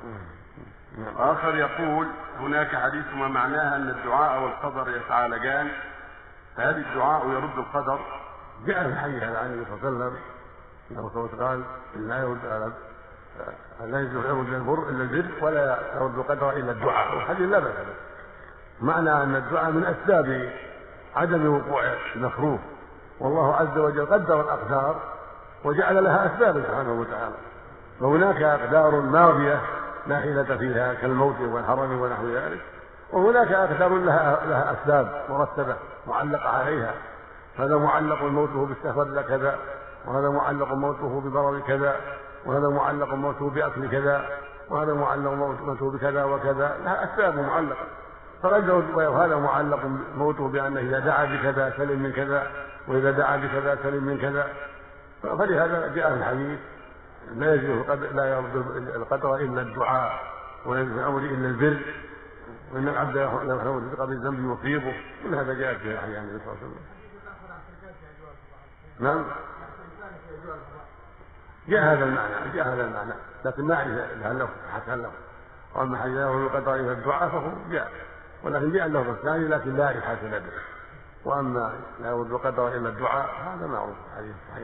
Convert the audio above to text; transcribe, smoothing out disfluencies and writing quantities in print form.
آخر يقول هناك حديث ما معناها أن الدعاء والقدر يتعالجان، فهل الدعاء يرد القدر؟ جاء في الحديث عن النبي صلى الله عليه وسلم انه قال لا يرد البر الا البر ولا يرد القدر الا الدعاء، وحديث لا باس به. معنى ان الدعاء من اسباب عدم وقوع المكروه، والله عز وجل قدر الاقدار وجعل لها اسبابا سبحانه وتعالى، وهناك اقدار ماضيه لا حيلة فيها كالموت والهرم ونحو ذلك، وهناك اقدار لها اسباب مرتبه معلقه عليها، هذا معلق موته بالسفر الى كذا، وهذا معلق موته بمرض كذا، وهذا معلق موته باكل كذا، وهذا معلق موته بكذا وكذا، لها اسباب معلقه. وهذا معلق موته بانه اذا دعا بكذا سلم من كذا، واذا دعا بكذا سلم من كذا. فلهذا جاء في الحديث لا يرد القدر الا الدعاء، ولا يرد الامر الا البر، وان العبد لو يحرم الرزق بالذنب يصيبه. كل هذا جاء في الحديث عن النبي صلى الله عليه وسلم. نعم جاء هذا المعنى لكن ما له حسن له. واما حديث القدر الى الدعاء فهو جاء، ولكن جاء له الثاني لكن لا حسن به. واما لا يرد القدر الا الدعاء هذا معروف حديث